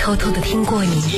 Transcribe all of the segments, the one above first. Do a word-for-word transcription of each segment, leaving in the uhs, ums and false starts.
偷偷的听过你。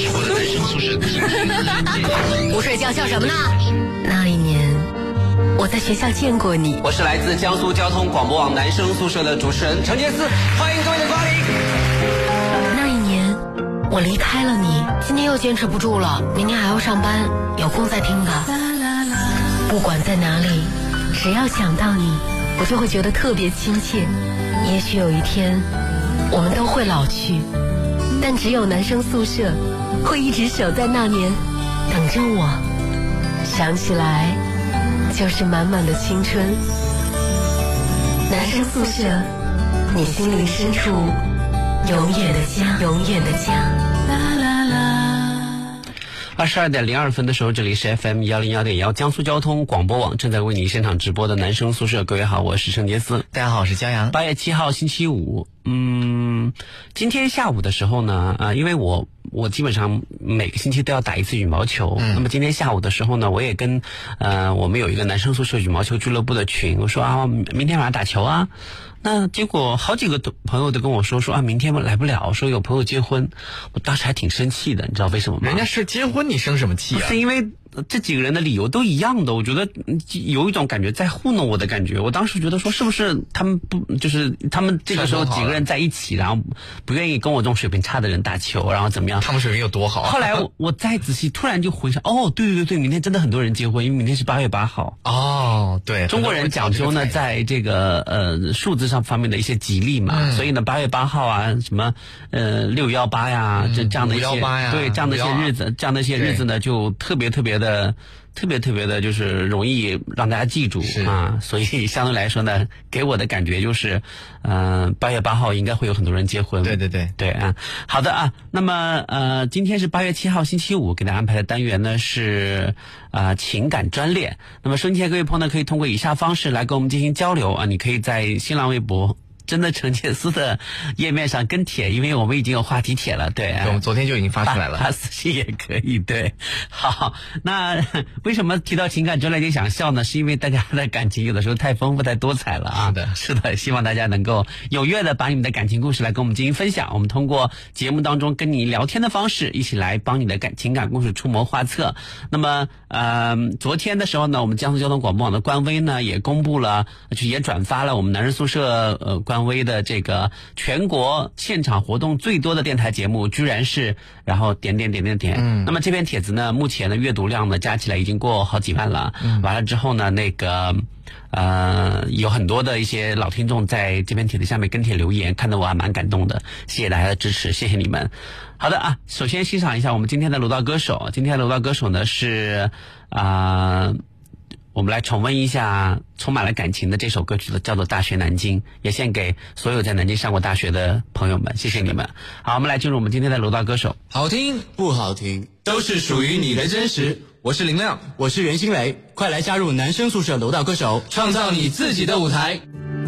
不睡觉笑什么呢？ 那一年我在学校见过你。 我是来自江苏交通广播网男生宿舍的主持人陈杰思，欢迎各位的光临。 那一年我离开了你，今天又坚持不住了，明天还要上班，有空再听吧。不管在哪里，只要想到你，我就会觉得特别亲切。也许有一天我们都会老去，但只有男生宿舍会一直守在那年等着我。想起来就是满满的青春。男生宿舍，你心灵深处永远的家，永远的家。啦啦啦。 二十二点零二分的时候，这里是 F M 幺零幺点幺江苏交通广播网正在为你现场直播的男生宿舍。各位好，我是陈杰思。 大家好，我是江阳。 八月七号星期五，嗯，今天下午的时候呢，啊、呃，因为我我基本上每个星期都要打一次羽毛球，嗯、那么今天下午的时候呢，我也跟呃我们有一个男生宿舍羽毛球俱乐部的群，我说啊，明天晚上打球啊。那结果好几个朋友都跟我说说啊，明天来不了，说有朋友结婚，我当时还挺生气的，你知道为什么吗？ 人家是结婚，你生什么气啊？ 是因为这几个人的理由都一样的，我觉得有一种感觉在糊弄我的感觉。我当时觉得说，是不是他们不就是他们这个时候几个人在一起，然后不愿意跟我这种水平差的人打球，然后怎么样？ 他们水平有多好？ 后来我我再仔细，突然就回想，哦，对对对对，明天真的很多人结婚，因为明天是八月八号。 哦，对， 中国人讲究呢，在这个呃数字上方面的一些吉利嘛，嗯、所以呢，八月八号啊，什么呃六幺八呀，这这样的一些对这样的一些日子，这样的一些日子呢，就特别特别的。特别特别的就是容易让大家记住啊，所以相对来说呢，给我的感觉就是，嗯，八月八号应该会有很多人结婚。 对对对对啊，好的啊，那么呃，今天是八月七号星期五，给大家安排的单元呢是啊、呃、情感专列。那么收音机前各位朋友呢，可以通过以下方式来跟我们进行交流啊，你可以在新浪微博真的陈杰思的页面上跟帖，因为我们已经有话题帖了，对， 我们昨天就已经发出来了， 发私信也可以，对。好，那为什么提到情感专栏就想笑呢？是因为大家的感情有的时候太丰富太多彩了啊。 是的， 是的，希望大家能够踊跃的把你们的感情故事来跟我们进行分享，我们通过节目当中跟你聊天的方式，一起来帮你的感情感故事出谋划策。那么呃，昨天的时候呢，我们江苏交通广播网的官微呢也公布了，就也转发了我们男人宿舍呃官微的这个全国现场活动最多的电台节目，居然是然后点点点点点。嗯，那么这篇帖子呢，目前的阅读量呢加起来已经过好几万了。嗯，完了之后呢，那个呃有很多的一些老听众在这篇帖子下面跟帖留言，看得我还蛮感动的，谢谢大家的支持，谢谢你们。好的啊，首先欣赏一下我们今天的楼道歌手，今天的楼道歌手呢是啊。呃我们来重温一下充满了感情的这首歌曲的，叫做《大学南京》，也献给所有在南京上过大学的朋友们，谢谢你们。好，我们来进入我们今天的楼道歌手。 好听不好听，都是属于你的真实。我是林亮，我是袁新磊，快来加入男生宿舍楼道歌手，创造你自己的舞台。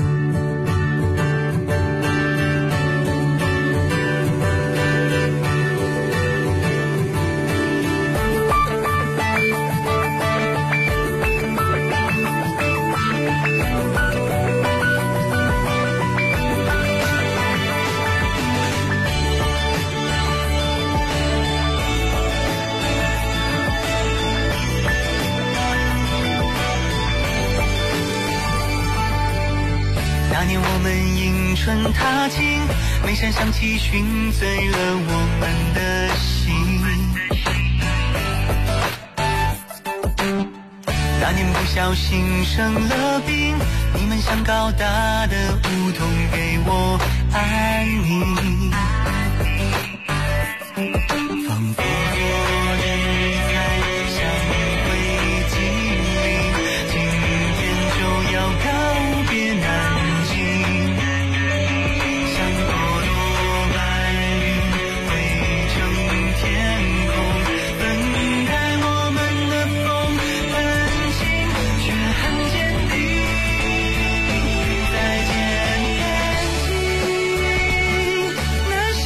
春踏青，眉山响起，寻醉了我们的心。那年不小心生了病，你们想高大的梧桐给我安宁。仿佛落日在向你会精灵，今天就要告别南京。 那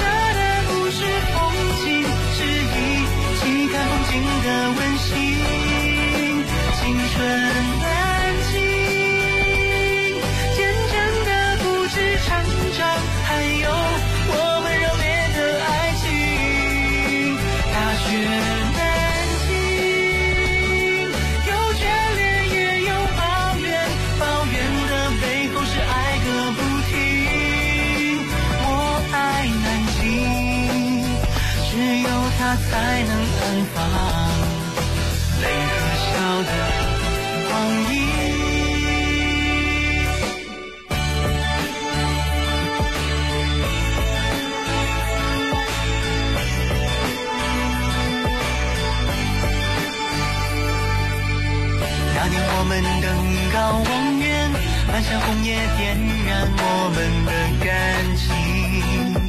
放，泪和笑的光阴。那年我们登高望远，漫山红叶点燃我们的感情。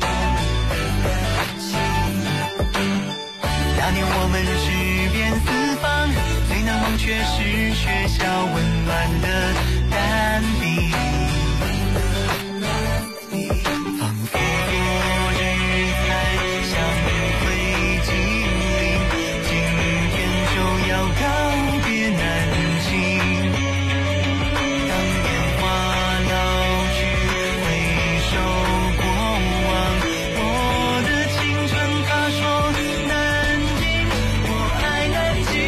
那年我们驰遍四方，最难忘却是学校温暖的单笔。仿佛昨日才相会经历，今天就要告别南京。当年华老去，回首过往，我的青春他说南京，我爱南京。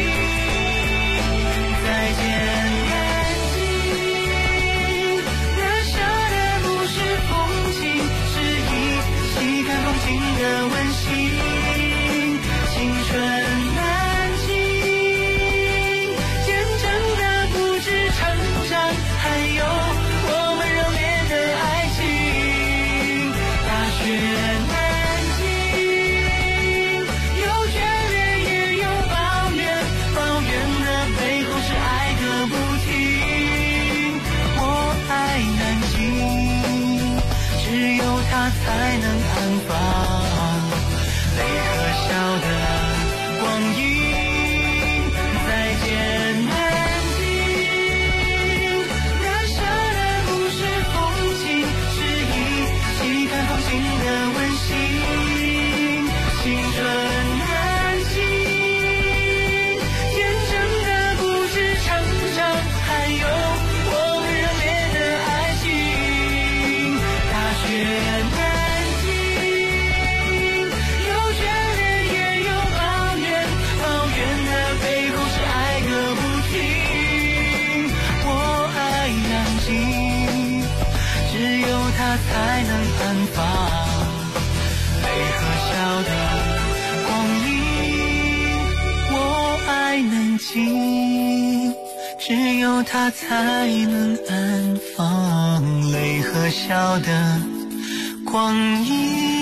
再见南京，留下的不是风景，是一起看风景的温馨。青春南京，见证的不止成长，还有我们热烈的爱情。大学南京，有眷恋也有抱怨，抱怨的背后是爱个不停。我爱南京，只有它才能安放，泪和笑的光阴。再见南京，留下的不是风景，是一起看风景的温馨。青春南京，见证的不止成长，还有我们热烈的爱情。大学南京，有眷恋也有抱怨，抱怨的背后是爱个不停。我爱南京，只有它才能安放，泪和笑的光阴。我爱南京，只有它才能安放，泪和笑的光阴。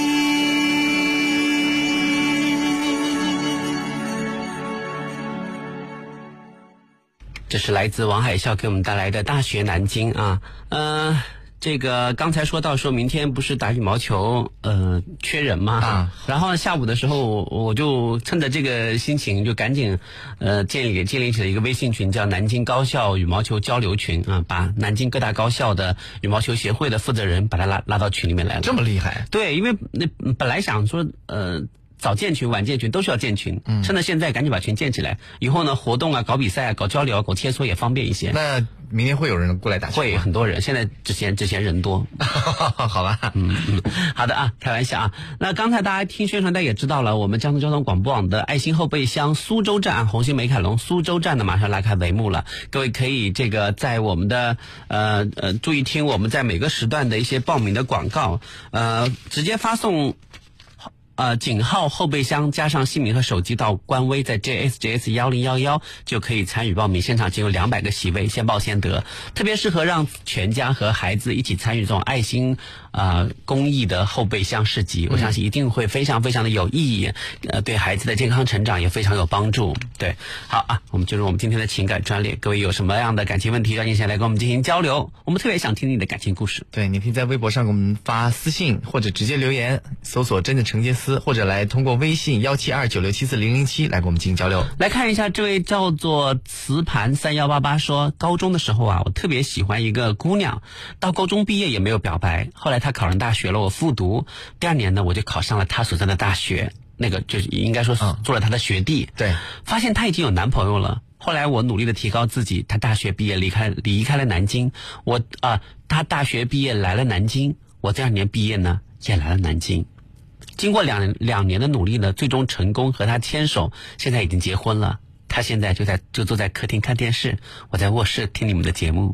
这是来自王海啸给我们带来的《大学南京》啊，呃，这个刚才说到说明天不是打羽毛球，呃，缺人吗？ 啊， 然后下午的时候，我就趁着这个心情，就赶紧呃建立建立起了一个微信群，叫南京高校羽毛球交流群啊，把南京各大高校的羽毛球协会的负责人把他拉拉到群里面来了。 这么厉害？ 对，因为那本来想说呃。早建群、晚建群都需要建群，嗯，趁着现在赶紧把群建起来，以后呢活动啊、搞比赛啊、搞交流啊、搞切磋也方便一些。 那明天会有人过来打球吗？ 会很多人，现在之前之前人多。 好吧， 嗯嗯，好的啊，开玩笑啊。那刚才大家听宣传带也知道了，我们江苏交通广播网的爱心后备箱苏州站红星美凯龙苏州站呢马上拉开帷幕了，各位可以这个在我们的呃呃注意听我们在每个时段的一些报名的广告，呃直接发送。呃，井号后备箱加上姓名和手机到官微，在 J S J S 一零一一就可以参与报名。现场仅有两百个席位，先报先得，特别适合让全家和孩子一起参与这种爱心呃公益的后备箱市集。我相信一定会非常非常的有意义，呃，对孩子的健康成长也非常有帮助。对，好啊，我们进入我们今天的情感专列。各位有什么样的感情问题，让你先来跟我们进行交流。我们特别想听你的感情故事。 对，你可以在微博上给我们发私信，或者直接留言，搜索真的承接丝，或者来通过微信幺七二九六七四零零七来跟我们进行交流。 来看一下，这位叫做磁盘三幺八八说，高中的时候啊，我特别喜欢一个姑娘，到高中毕业也没有表白，后来她考上大学了，我复读，第二年呢，我就考上了她所在的大学，那个就是应该说做了她的学弟。 对， 发现她已经有男朋友了。后来我努力的提高自己，她大学毕业离开离开了南京，我啊、呃，她大学毕业来了南京，我第二年毕业呢也来了南京。经过两两年的努力呢，最终成功和他牵手，现在已经结婚了。他现在就在就坐在客厅看电视，我在卧室听你们的节目。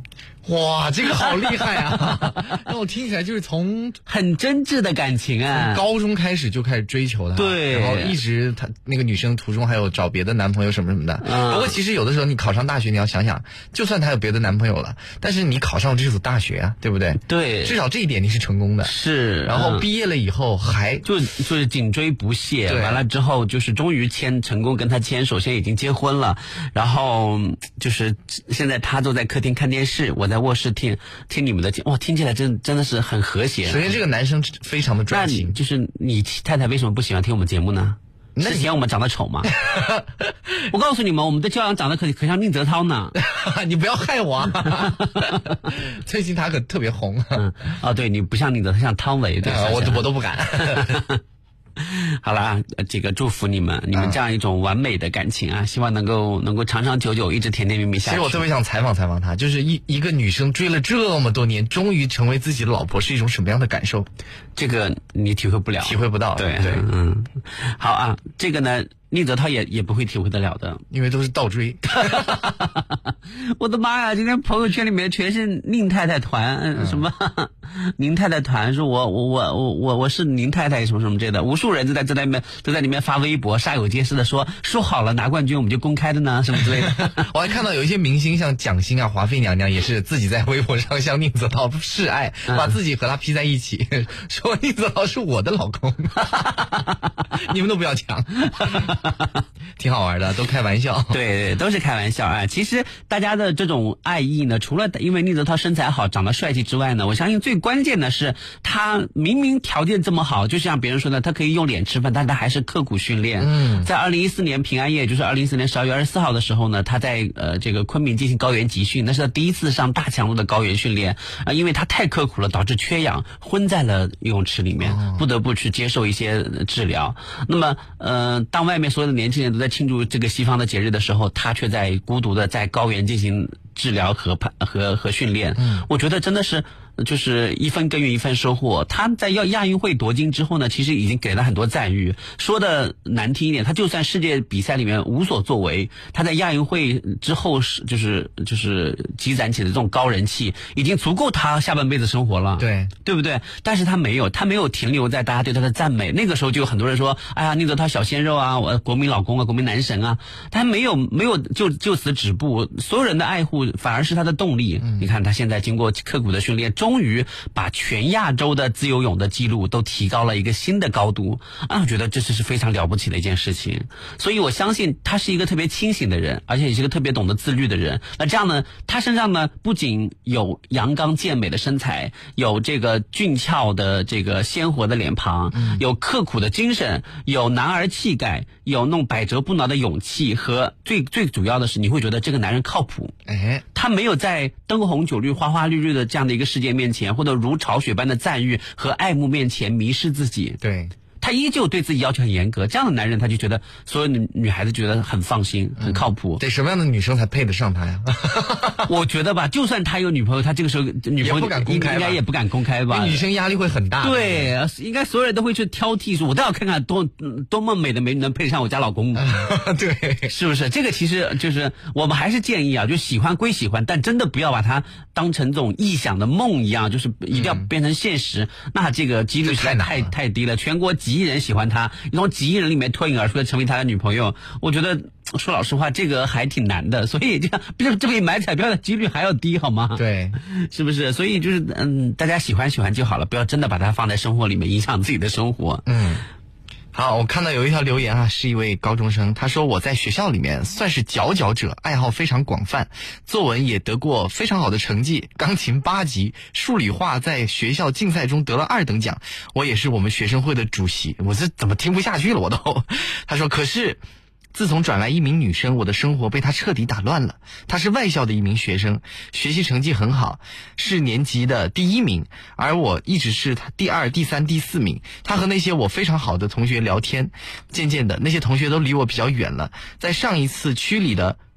哇，这个好厉害啊！让我听起来就是从很真挚的感情啊， 高中开始就开始追求他， 对， 然后一直他那个女生途中还有找别的男朋友什么什么的。 嗯、 不过其实有的时候你考上大学，你要想想，就算他有别的男朋友了，但是你考上了这所大学啊，对不对？ 对， 至少这一点你是成功的。 是， 然后毕业了以后还就就是紧追不懈，完了之后就是终于签成功跟他牵手，现在已经结婚了，然后就是现在他坐在客厅看电视，我在卧室听听你们的节，哇，听起来真真的是很和谐。 首先这个男生非常的专情， 就是你太太为什么不喜欢听我们节目呢？ 那是嫌我们长得丑吗？我告诉你们，我们的骄阳长得可可像宁泽涛呢。 你不要害我啊！最近他可特别红。 嗯，哦，对，你不像宁泽涛，像汤唯，对， 呃、我我都不敢。 好了，这个祝福你们，你们这样一种完美的感情啊，希望能够能够长长久久，一直甜甜蜜蜜下去。 其实我特别想采访采访他，就是一一个女生追了这么多年，终于成为自己的老婆，是一种什么样的感受？ 这个你体会不了， 体会不到。 对对， 嗯，好啊，这个呢，宁泽涛也也不会体会得了的， 因为都是倒追。 我的妈呀！今天朋友圈里面全是宁太太团，嗯、什么宁太太团，说我我我我我我是宁太太什么什么之类的，无数人都在这里面都在里面发微博，煞有介事的说说好了拿冠军我们就公开的呢，什么之类的。 我还看到有一些明星像蒋欣啊、华妃娘娘也是自己在微博上向宁泽涛示爱，嗯、把自己和他 P 在一起，说宁泽涛是我的老公，你们都不要抢。挺好玩的，都开玩笑。 对，都是开玩笑啊。其实大家的这种爱意呢，除了因为宁泽涛身材好、长得帅气之外呢，我相信最关键的是他明明条件这么好，就像别人说的，他可以用脸吃饭，但他还是刻苦训练。嗯，在二零一四年平安夜，就是二零一四年十二月二十四号的时候呢，他在呃这个昆明进行高原集训，那是他第一次上大强度的高原训练啊、呃，因为他太刻苦了，导致缺氧，昏在了游泳池里面，哦、不得不去接受一些治疗。那么呃，当外面所有的年轻人都在庆祝这个西方的节日的时候，他却在孤独的在高原进行治疗和和和训练。嗯，我觉得真的是就是一分耕耘一分收获。他在要亚运会夺金之后呢，其实已经给了很多赞誉。说的难听一点，他就算世界比赛里面无所作为，他在亚运会之后是就是就是积攒起的这种高人气，已经足够他下半辈子生活了。 对， 对不对？但是他没有，他没有停留在大家对他的赞美。那个时候就有很多人说：“哎呀，宁泽涛小鲜肉啊，我国民老公啊，国民男神啊。”他没有没有就就此止步，所有人的爱护反而是他的动力。嗯、你看他现在经过刻苦的训练，终于把全亚洲的自由泳的记录都提高了一个新的高度啊！我觉得这是是非常了不起的一件事情。所以我相信他是一个特别清醒的人，而且也是一个特别懂得自律的人。那这样呢，他身上呢不仅有阳刚健美的身材，有这个俊俏的这个鲜活的脸庞，嗯、有刻苦的精神，有男儿气概，有那种百折不挠的勇气，和最最主要的是，你会觉得这个男人靠谱。 哎， 他没有在灯红酒绿、花花绿绿的这样的一个世界面前，或者如潮水般的赞誉和爱慕面前迷失自己。 对。 他依旧对自己要求很严格，这样的男人他就觉得所有女女孩子觉得很放心、嗯、很靠谱。 得什么样的女生才配得上他呀？ 我觉得吧，就算他有女朋友，他这个时候女朋友也不敢公开， 应该也不敢公开吧？ 女生压力会很大。 对，应该所有人都会去挑剔，说我都要看看多多么美的美女能配上我家老公。 对， 是不是？这个其实就是我们还是建议啊，就喜欢归喜欢，但真的不要把它当成这种臆想的梦一样，就是一定要变成现实。嗯、那这个几率实在太太低了，全国几亿人喜欢他，你从几亿人里面脱颖而出的成为他的女朋友，我觉得说老实话，这个还挺难的。所以这样，这这比买彩票的几率还要低，好吗？ 对， 是不是？所以就是嗯，大家喜欢喜欢就好了，不要真的把它放在生活里面，影响自己的生活。 嗯。好，我看到有一条留言啊，是一位高中生，他说我在学校里面算是佼佼者，爱好非常广泛，作文也得过非常好的成绩，钢琴八级，数理化在学校竞赛中得了二等奖，我也是我们学生会的主席，我这怎么听不下去了我都。他说可是自从转来一名女生，我的生活被她彻底打乱了。她是外校的一名学生，学习成绩很好，是年级的第一名，而我一直是她第二、第三、第四名。她和那些我非常好的同学聊天，渐渐的那些同学都离我比较远了。在上一次区里的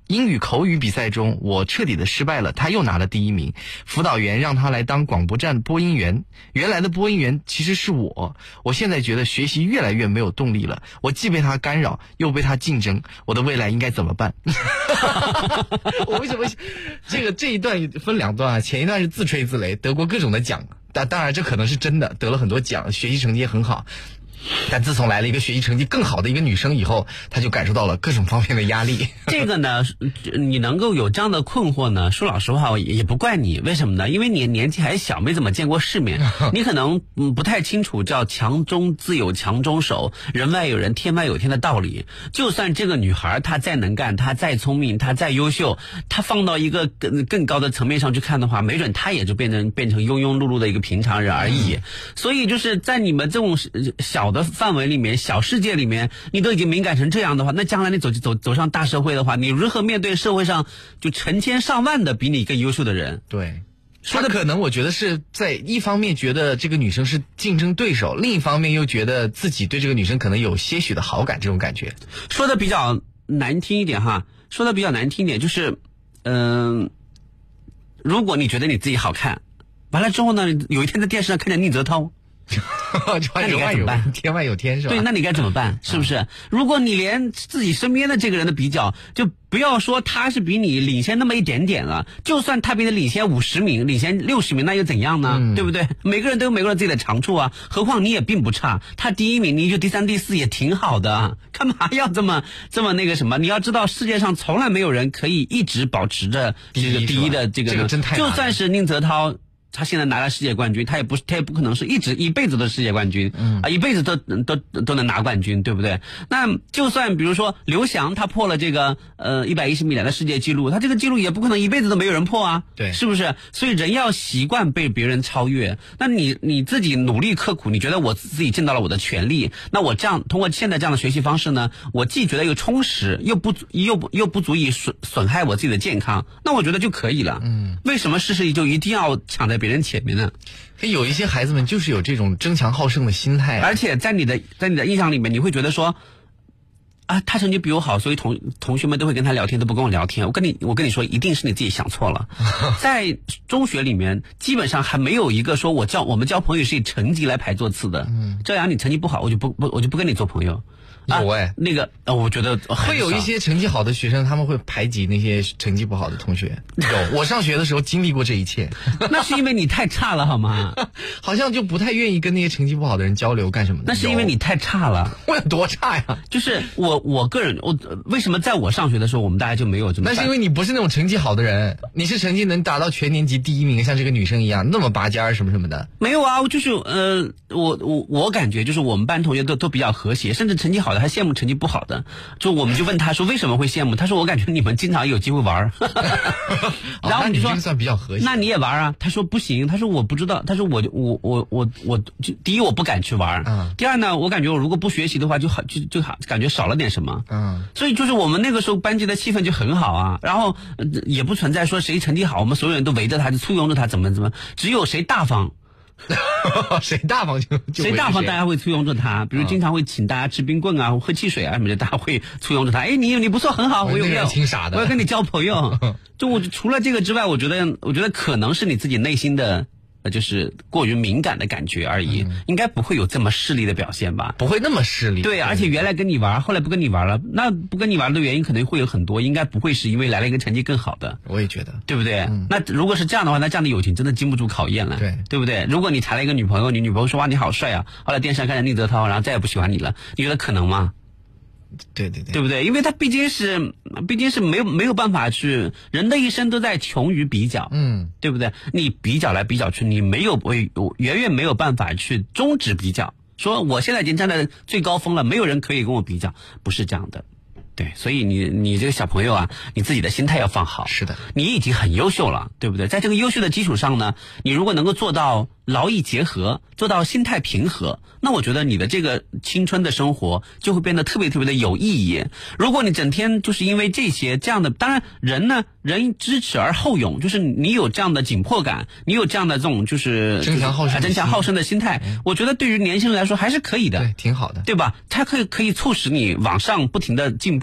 英语口语比赛中，我彻底的失败了，他又拿了第一名。辅导员让他来当广播站播音员，原来的播音员其实是我。我现在觉得学习越来越没有动力了，我既被他干扰，又被他竞争，我的未来应该怎么办？我为什么这个这一段分两段啊？前一段是自吹自擂，得过各种的奖，但当然这可能是真的，得了很多奖，学习成绩也很好。但自从来了一个学习成绩更好的一个女生以后，她就感受到了各种方面的压力。 这个呢，你能够有这样的困惑呢，说老实话，我也不怪你。为什么呢？因为你年纪还小，没怎么见过世面，你可能不太清楚叫强中自有强中手，人外有人，天外有天的道理。就算这个女孩她再能干，她再聪明，她再优秀，她放到一个更更高的层面上去看的话，没准她也就变成变成庸庸碌碌的一个平常人而已。所以就是在你们这种小的范围里面，小世界里面，你都已经敏感成这样的话，那将来你走走走上大社会的话，你如何面对社会上就成千上万的比你更优秀的人？ 对，说的可能我觉得是在一方面觉得这个女生是竞争对手，另一方面又觉得自己对这个女生可能有些许的好感，这种感觉。 说的比较难听一点哈，说的比较难听一点就是，嗯、呃，如果你觉得你自己好看，完了之后呢，有一天在电视上看见宁泽涛。那你该怎么办？ 天外有天是吧？ 对，那你该怎么办？是不是？如果你连自己身边的这个人的比较，就不要说他是比你领先那么一点点了，就算他比你领先五十名、领先六十名，那又怎样呢？嗯、对不对？每个人都有每个人自己的长处啊，何况你也并不差，他第一名，你就第三、第四也挺好的，干嘛要这么这么那个什么？你要知道，世界上从来没有人可以一直保持着这个第一的这个， 这个真太难了。 就算是宁泽涛。他现在拿了世界冠军，他也不他也不可能是一直一辈子的世界冠军，嗯啊，一辈子都都都能拿冠军，对不对？那就算比如说刘翔他破了这个呃一百一十米栏的世界纪录，他这个纪录也不可能一辈子都没有人破啊， 对， 是不是？所以人要习惯被别人超越。那你你自己努力刻苦，你觉得我自己尽到了我的全力，那我这样通过现在这样的学习方式呢，我既觉得又充实，又不又不又不足以损损害我自己的健康，那我觉得就可以了。嗯，为什么事事就一定要抢在别人前面呢？ 有一些孩子们就是有这种争强好胜的心态、啊， 而且在你的在你的印象里面，你会觉得说，啊，他成绩比我好，所以同同学们都会跟他聊天，都不跟我聊天。我跟你我跟你说，一定是你自己想错了。在中学里面，基本上还没有一个说我交我们交朋友是以成绩来排座次的。嗯，赵阳，你成绩不好，我就不不我就不跟你做朋友。 有哎、 啊，那个呃，我觉得会有一些成绩好的学生，他们会排挤那些成绩不好的同学。有，我上学的时候经历过这一切。 那是因为你太差了，好吗？ 好像就不太愿意跟那些成绩不好的人交流，干什么的？ 那是因为你太差了。 我有多差呀？ 就是我我个人，我为什么在我上学的时候，我们大家就没有这么？ 那是因为你不是那种成绩好的人，你是成绩能达到全年级第一名，像这个女生一样那么拔尖儿什么什么的。 没有啊，就是呃，我我我感觉就是我们班同学都都比较和谐，甚至成绩好的还羡慕成绩不好的。就我们就问他说为什么会羡慕？他说我感觉你们经常有机会玩。然后你说、 哦、你算比较和谐， 那你也玩啊？他说不行，他说我不知道，他说我我我我我就第一我不敢去玩，嗯，第二呢，我感觉我如果不学习的话，就好就就好感觉少了点什么，嗯，所以就是我们那个时候班级的气氛就很好啊，然后、呃、也不存在说谁成绩好，我们所有人都围着他，就簇拥着他，怎么怎么，只有谁大方。 谁大方就就谁大方，大家会簇拥着他。比如经常会请大家吃冰棍啊、喝汽水啊什么的，大家会簇拥着他。哎，你你不错，很好，我有要， 挺傻的， 我要跟你交朋友。就我除了这个之外，我觉得，我觉得可能是你自己内心的。就是过于敏感的感觉而已、嗯、应该不会有这么势利的表现吧， 不会那么势利。 对，而且原来跟你玩，后来不跟你玩了，那不跟你玩的原因可能会有很多，应该不会是因为来了一个成绩更好的。 我也觉得， 对不对、嗯、那如果是这样的话，那这样的友情真的经不住考验了， 对对不对？如果你谈了一个女朋友，你女朋友说哇你好帅啊，后来电视上看见宁泽涛，然后再也不喜欢你了，你觉得可能吗？ 对对对， 对不对？因为他毕竟是，毕竟是没有没有办法去，人的一生都在穷于比较，嗯，对不对？你比较来比较去，你没有远远没有办法去终止比较。说我现在已经站在最高峰了，没有人可以跟我比较，不是这样的。对，所以你你这个小朋友啊，你自己的心态要放好。 是的， 你已经很优秀了，对不对？在这个优秀的基础上呢，你如果能够做到劳逸结合，做到心态平和，那我觉得你的这个青春的生活就会变得特别特别的有意义。如果你整天就是因为这些这样的，当然人呢，人知耻而后勇，就是你有这样的紧迫感，你有这样的这种就是争强好胜、 争强好胜的心态， 嗯、 我觉得对于年轻人来说还是可以的， 对，挺好的， 对吧？它可以可以促使你往上不停的进步。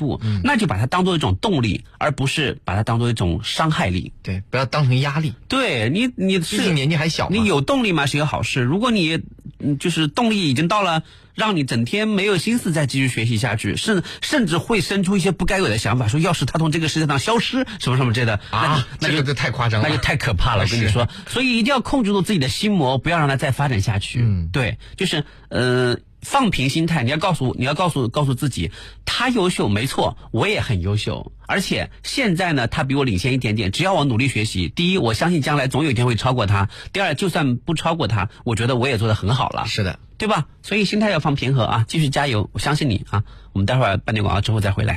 步，嗯、那就把它当做一种动力，而不是把它当做一种伤害力。 对，不要当成压力。 对你，你是毕竟年纪还小嘛， 你有动力嘛是一个好事。如果你嗯就是动力已经到了，让你整天没有心思再继续学习下去，甚甚至会生出一些不该有的想法，说要是他从这个世界上消失，什么什么之类的啊， 那就这个就太夸张了， 那就太可怕了。我跟你说，所以一定要控制住自己的心魔，不要让它再发展下去。嗯，对，就是呃。放平心态，你要告诉你要告诉告诉自己，他优秀没错，我也很优秀，而且现在呢，他比我领先一点点，只要我努力学习，第一，我相信将来总有一天会超过他；第二，就算不超过他，我觉得我也做得很好了。 是的， 对吧？所以心态要放平和啊，继续加油，我相信你啊。我们待会儿半点广告之后再回来。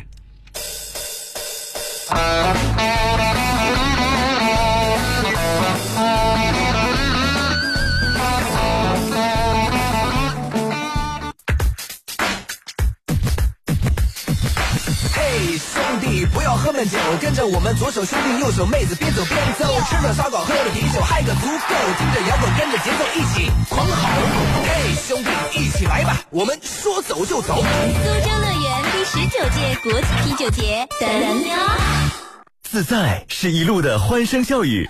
兄弟，不要喝闷酒，跟着我们左手兄弟右手妹子，边走边走，吃着烧烤喝着啤酒，嗨个足够，听着摇滚跟着节奏一起狂吼。嘿，兄弟，一起来吧，我们说走就走。 苏州乐园第十九届国际啤酒节等你哦。 自在是一路的欢声笑语，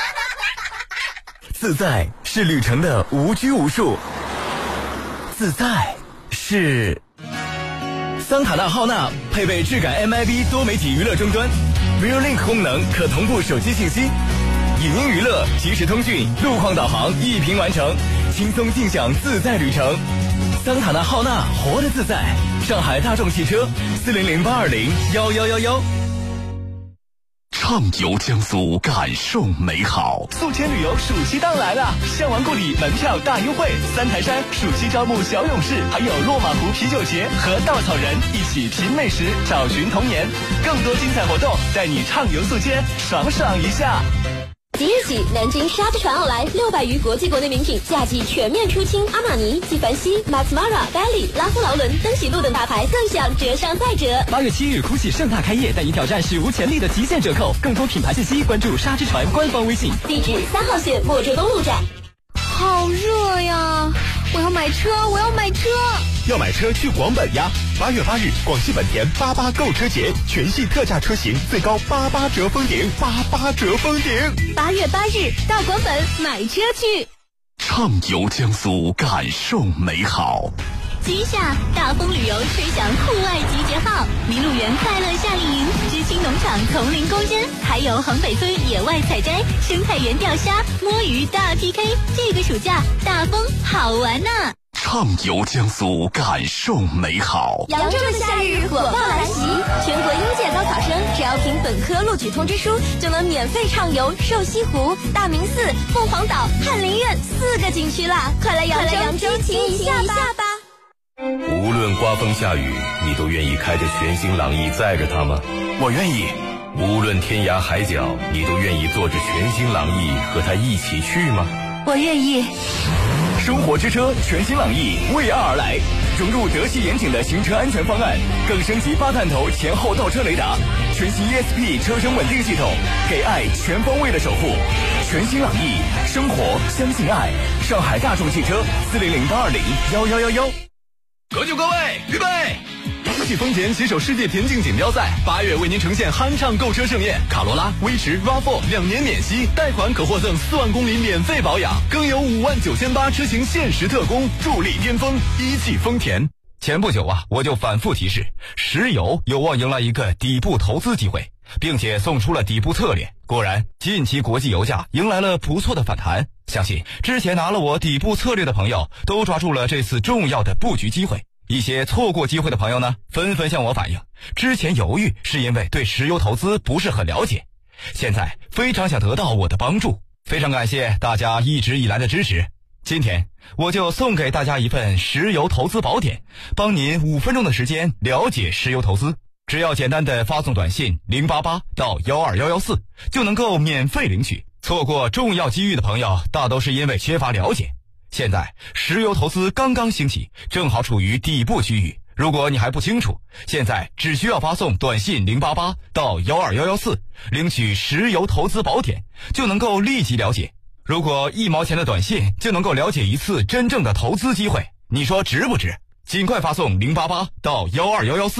自在是旅程的无拘无束，自在是桑塔纳浩纳配备质感 M I B 多媒体娱乐终端 Real Link 功能，可同步手机信息、影音娱乐、即时通讯、路况导航一屏完成，轻松尽享自在旅程。桑塔纳浩纳活得自在。上海大众汽车四零零八二零幺幺幺幺。 畅游江苏，感受美好。 宿迁旅游暑期档来了，项王故里门票大优惠，三台山暑期招募小勇士，还有落马湖啤酒节和稻草人一起品美食，找寻童年。更多精彩活动，带你畅游宿迁，爽爽一下。 即日起，南京沙之船奥莱六百余国际国内名品夏季全面出清，阿玛尼、纪梵希、Max Mara、Belly、拉夫劳伦、登喜路等大牌更享折上再折。 八月七日，GUCCI盛大开业，带你挑战史无前例的极限折扣。更多品牌信息，关注沙之船官方微信。 地址：三号线莫州东路站。 好热呀！我要买车，我要买车。 要买车去广本呀！八月八日，广汽本田八八购车节，全系特价车型最高八八折封顶，八八折封顶。 八月八日到广本买车去。 畅游江苏，感受美好。 今夏大风旅游吹响户外集结号，麋鹿园快乐夏令营、知青农场丛林攻坚，还有横北村野外采摘、生态园钓虾、摸鱼大 P K。这个暑假大风好玩呐、啊！ 畅游江苏，感受美好。 扬州的夏日火爆来袭，全国应届高考生只要凭本科录取通知书，就能免费畅游瘦西湖、大明寺、凤凰岛、翰林院四个景区啦！快来扬州，扬州听一下吧！ 无论刮风下雨，你都愿意开着全新朗逸载着它吗？我愿意。无论天涯海角，你都愿意坐着全新朗逸和它一起去吗？ 我愿意。 生活之车全新朗逸为爱而来，融入德系严谨的行车安全方案，更升级八探头前后倒车雷达，全新 E S P 车身稳定系统，给爱全方位的守护。全新朗逸，生活相信爱。上海大众汽车四零零八二零幺幺幺幺。各就各位，预备！GUCCI丰田携手世界田径锦标赛，八月为您呈现酣畅购车盛宴。卡罗拉、威驰 R A V 四 两年免息，贷款可获赠四万公里免费保养，更有五万九千八车型限时特供，助力巅峰。一汽丰田。前不久啊，我就反复提示，石油有望迎来一个底部投资机会，并且送出了底部策略。果然，近期国际油价迎来了不错的反弹。相信之前拿了我底部策略的朋友都抓住了这次重要的布局机会。一些错过机会的朋友呢，纷纷向我反映，之前犹豫是因为对石油投资不是很了解，现在非常想得到我的帮助。非常感谢大家一直以来的支持。今天我就送给大家一份石油投资宝典，帮您五分钟的时间了解石油投资。只要简单的发送短信零八八到幺二幺幺四，就能够免费领取。错过重要机遇的朋友，大都是因为缺乏了解。现在石油投资刚刚兴起，正好处于底部区域。如果你还不清楚，现在只需要发送短信零八八到幺二幺幺四，领取石油投资宝典，就能够立即了解。如果一毛钱的短信就能够了解一次真正的投资机会，你说值不值？尽快发送零八八到幺二幺幺四。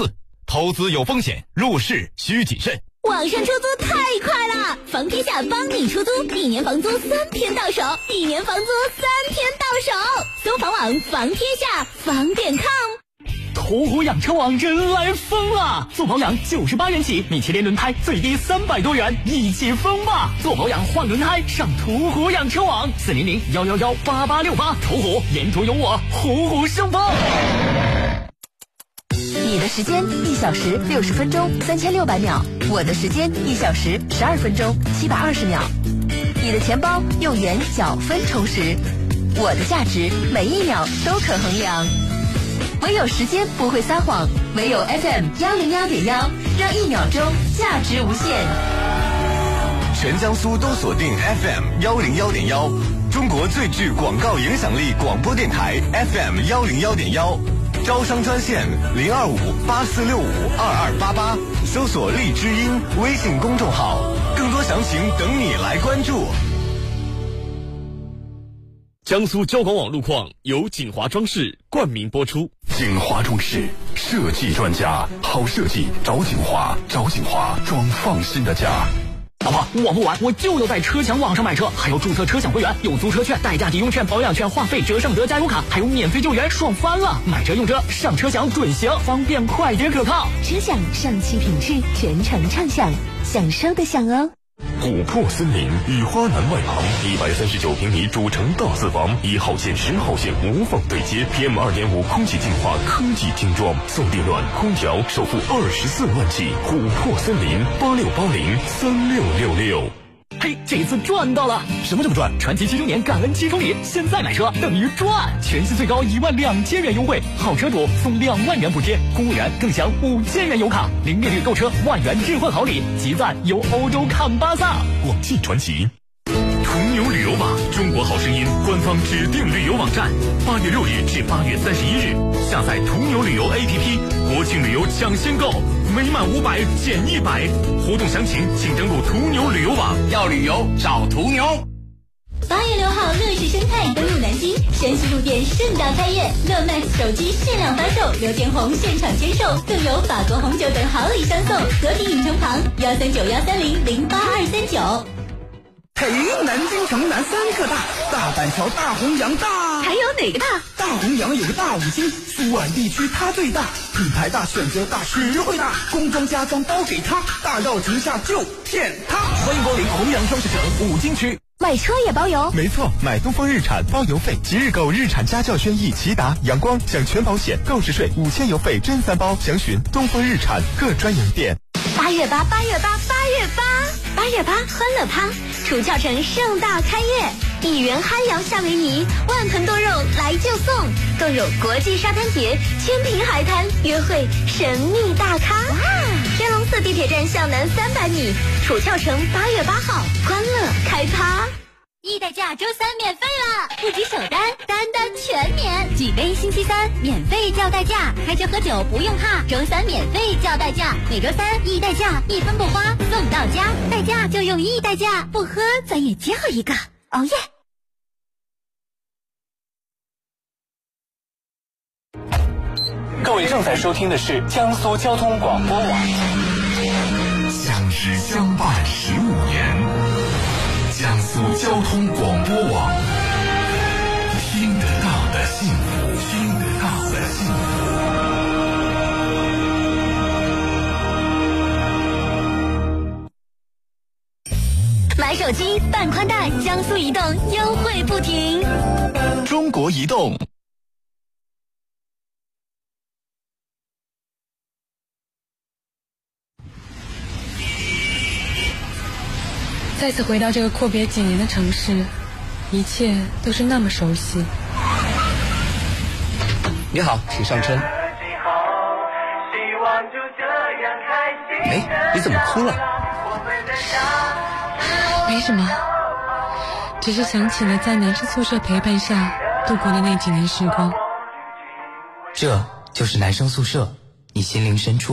投资有风险，入市需谨慎。 网上出租太快了，房天下帮你出租，一年房租三天到手，一年房租三天到手。搜房网房天下房点 com。 途虎养车网人来疯了，做保养九十八元起，米其林轮胎最低三百多元，一起疯吧！做保养换轮胎上途虎养车网四零零幺幺幺八八六八，途虎沿途有我，虎虎生风。 你的时间一小时六十分钟三千六百秒，我的时间一小时十二分钟七百二十秒。你的钱包用元角分充实，我的价值每一秒都可衡量。唯有时间不会撒谎，唯有 F M 幺零幺点幺，让一秒钟价值无限。 全江苏都锁定 F M 幺零幺点幺，中国最具广告影响力广播电台 F M 幺零幺点幺。招商专线零二五八四六五二二八八，搜索荔枝音微信公众号，更多详情等你来关注。 江苏交广网路况由锦华装饰冠名播出。 锦华装饰设计专家，好设计找锦华，找锦华装放心的家。 老婆，我不玩，我就要在车享网上买车，还有注册车享会员，有租车券、代驾抵用券、保养券、话费折上折加油卡，还有免费救援，爽翻了！买车用车上车享准行，方便快捷可靠。 车享上汽品质，全程畅享，享受的享哦。 琥珀森林雨花南外旁一百三十九平米主城大四房，一号线十号线无缝对接 ，P M 二点五 空气净化科技精装，送电暖空调首付二十四万起。琥珀森林八六八零三六六六。 嘿，这次赚到了！什么这么赚？传祺七周年感恩七重礼，现在买车等于赚，全系最高一万两千元优惠，好车主送两万元补贴，公务员更享五千元油卡，零利率购车，万元置换好礼，集赞游欧洲看巴萨。 广汽传祺。 途牛旅游网，中国好声音官方指定旅游网站，八月六日至八月三十一日，下载途牛旅游 A P P， 国庆旅游抢先购，每满五百减一百，活动详情请登录途牛旅游网。 要旅游找途牛。 八月六号，乐视生态登陆南京，山西路店盛大开业，乐 Max 手机限量发售，刘建宏现场签售，更有法国红酒等好礼相送。和平影城旁幺三九幺三零零八二三九。 嘿，南京城南三个大，大板桥、大红洋大， 还有哪个大？ 大红洋有个大五金，苏皖地区它最大，品牌大、选择大、实惠大，工装家装包给他，大绕城下就骗他。欢迎光临红洋装饰城五金区。 买车也包邮？ 没错，买东风日产包邮费，即日购日产家轿、轩逸、骐达、阳光，享全保险、购置税、五千油费真三包，详询东风日产各专营店。 八月八，八月八，八月八，八月八，欢乐趴，楚翘城盛大开业，一元憨羊夏威夷，万盆多肉来就送，更有国际沙滩节、千坪海滩约会神秘大咖。哇！天龙寺地铁站向南三百米，楚翘城八月八号欢乐开趴。 易代驾周三免费啦！不仅首单，单单全免。几杯星期三免费叫代驾，开车喝酒不用怕，周三免费叫代驾。每周三易代驾一分不花送到家，代驾就用易代驾，不喝咱也叫一个。哦耶！ 各位正在收听的是江苏交通广播网。 相知相伴十五年。江苏交通广播网，听得到的幸福，听得到的幸福。买手机办宽带，江苏移动优惠不停。 中国移动。 再次回到这个阔别几年的城市，一切都是那么熟悉。 你好，请上车。哎，你怎么哭了？ 没什么，只是想起了在男生宿舍陪伴下度过的那几年时光。 这就是男生宿舍，你心灵深处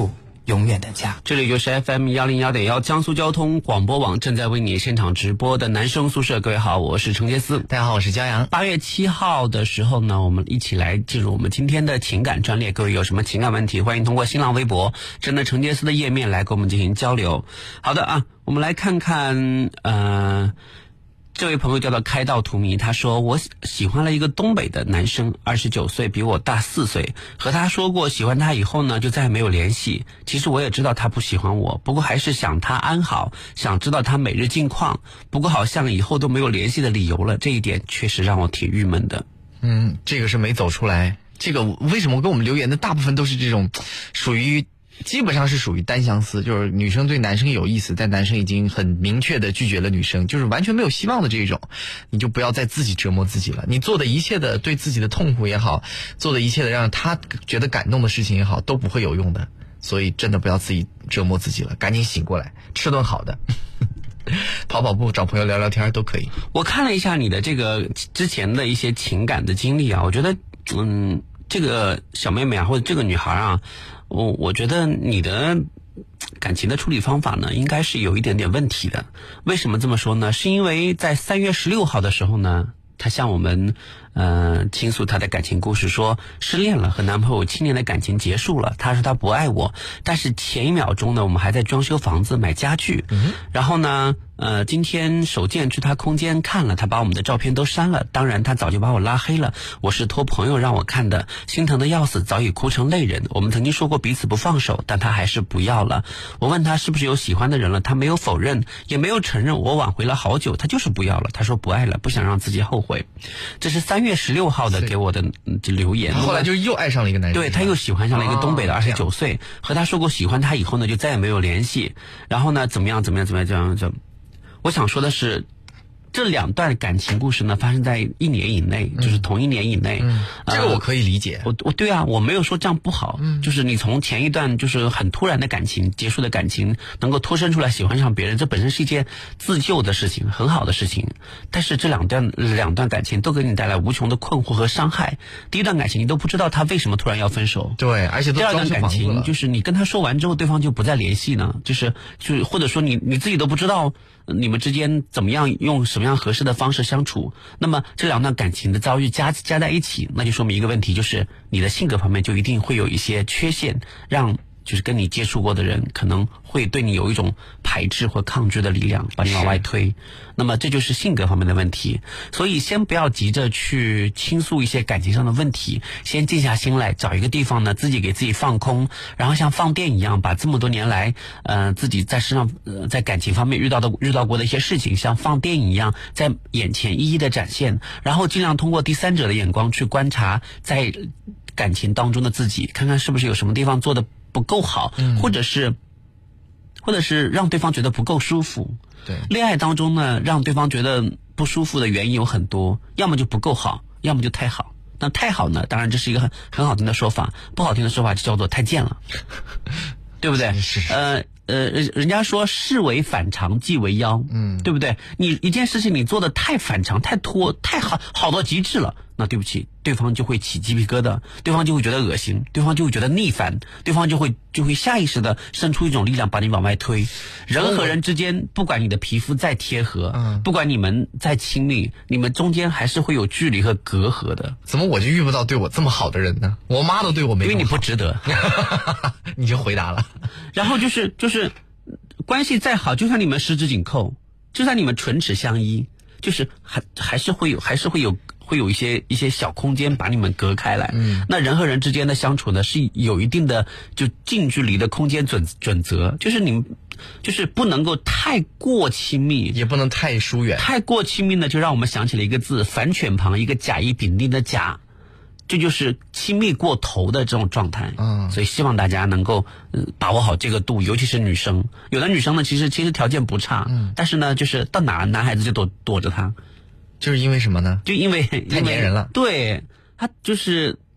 永远的家。 这里就是 F M 一零一点一江苏交通广播网正在为你现场直播的男生宿舍。各位好，我是程杰思。 大家好，我是骄阳。 八月七号的时候呢，我们一起来进入我们今天的情感专列。各位有什么情感问题，欢迎通过新浪微博真的程杰思的页面来跟我们进行交流。好的啊，我们来看看呃。这位朋友叫做开道图迷，他说我喜欢了一个东北的男生，二十九岁，比我大四岁。和他说过喜欢他以后呢，就再也没有联系。其实我也知道他不喜欢我，不过还是想他安好，想知道他每日近况。不过好像以后都没有联系的理由了，这一点确实让我挺郁闷的。 嗯，这个是没走出来。这个为什么跟我们留言的大部分都是这种属于基本上是属于单相思，就是女生对男生有意思，但男生已经很明确的拒绝了女生，就是完全没有希望的这一种，你就不要再自己折磨自己了。你做的一切的对自己的痛苦也好，做的一切的让他觉得感动的事情也好，都不会有用的。所以真的不要自己折磨自己了，赶紧醒过来，吃顿好的。跑跑步，找朋友聊聊天都可以。 我看了一下你的这个之前的一些情感的经历啊，我觉得嗯，这个小妹妹啊，或者这个女孩啊，我我觉得你的感情的处理方法呢，应该是有一点点问题的。为什么这么说呢？是因为在三月十六号的时候呢，她向我们呃倾诉她的感情故事，说失恋了，和男朋友七年的感情结束了。她说她不爱我，但是前一秒钟呢，我们还在装修房子买家具。嗯、然后呢，呃，今天手贱去她空间看了，她把我们的照片都删了。当然，她早就把我拉黑了。我是托朋友让我看的，心疼的要死，早已哭成泪人。我们曾经说过彼此不放手，但她还是不要了。我问她是不是有喜欢的人了，她没有否认，也没有承认。我挽回了好久，她就是不要了。她说不爱了，不想让自己后悔。这是三月十六号的给我的留言。 后来就又爱上了一个男人， 对，他又喜欢上了一个东北的二十九岁，和他说过喜欢他以后呢，就再也没有联系。然后呢，怎么样怎么样怎么样怎么样怎么样？我想说的是，这两段感情故事呢，发生在一年以内，嗯、就是同一年以内。 嗯，呃、这个我可以理解。 我我对啊，我没有说这样不好。嗯，就是你从前一段就是很突然的感情结束的感情，能够脱身出来喜欢上别人，这本身是一件自救的事情，很好的事情。但是这两段两段感情都给你带来无穷的困惑和伤害。第一段感情你都不知道他为什么突然要分手， 对，而且都第二段感情就是你跟他说完之后，对方就不再联系呢，就是就或者说你你自己都不知道你们之间怎么样用什么样合适的方式相处。那么这两段感情的遭遇加加在一起，那就说明一个问题，就是你的性格方面就一定会有一些缺陷，让就是跟你接触过的人可能会对你有一种排斥或抗拒的力量，把你往外推。那么这就是性格方面的问题。所以先不要急着去倾诉一些感情上的问题，先静下心来，找一个地方呢，自己给自己放空，然后像放电一样，把这么多年来呃自己在身上呃在感情方面遇到的遇到过的一些事情，像放电影一样在眼前一一的展现，然后尽量通过第三者的眼光去观察在感情当中的自己，看看是不是有什么地方做的不够好，嗯、或者是或者是让对方觉得不够舒服。 对， 恋爱当中呢，让对方觉得不舒服的原因有很多，要么就不够好，要么就太好。那太好呢，当然这是一个很很好听的说法，不好听的说法就叫做太贱了，对不对？ 是是呃呃，人人家说事为反常即为妖，嗯，对不对？你一件事情你做的太反常、太脱、太好好到极致了，那对不起，对方就会起鸡皮疙瘩，对方就会觉得恶心，对方就会觉得逆反，对方就会就会下意识的生出一种力量把你往外推。人和人之间，不管你的皮肤再贴合，嗯，不管你们再亲密，你们中间还是会有距离和隔阂的。 怎么我就遇不到对我这么好的人呢？我妈都对我没因为你不值得， 你就回答了。 然后就是就是关系再好，就算你们十指紧扣，就算你们唇齿相依，就是还还是会有还是会有会有一些一些小空间把你们隔开来。嗯，那人和人之间的相处呢，是有一定的就近距离的空间准准则，就是你们就是不能够太过亲密， 也不能太疏远。 太过亲密呢，就让我们想起了一个字，反犬旁一个甲乙丙丁的甲。这就是亲密过头的这种状态，嗯，所以希望大家能够、呃、把握好这个度，尤其是女生。有的女生呢，其实其实条件不差，嗯，但是呢，就是到哪男孩子就躲躲着她， 就是因为什么呢？ 就因为太粘人了。 对，他就是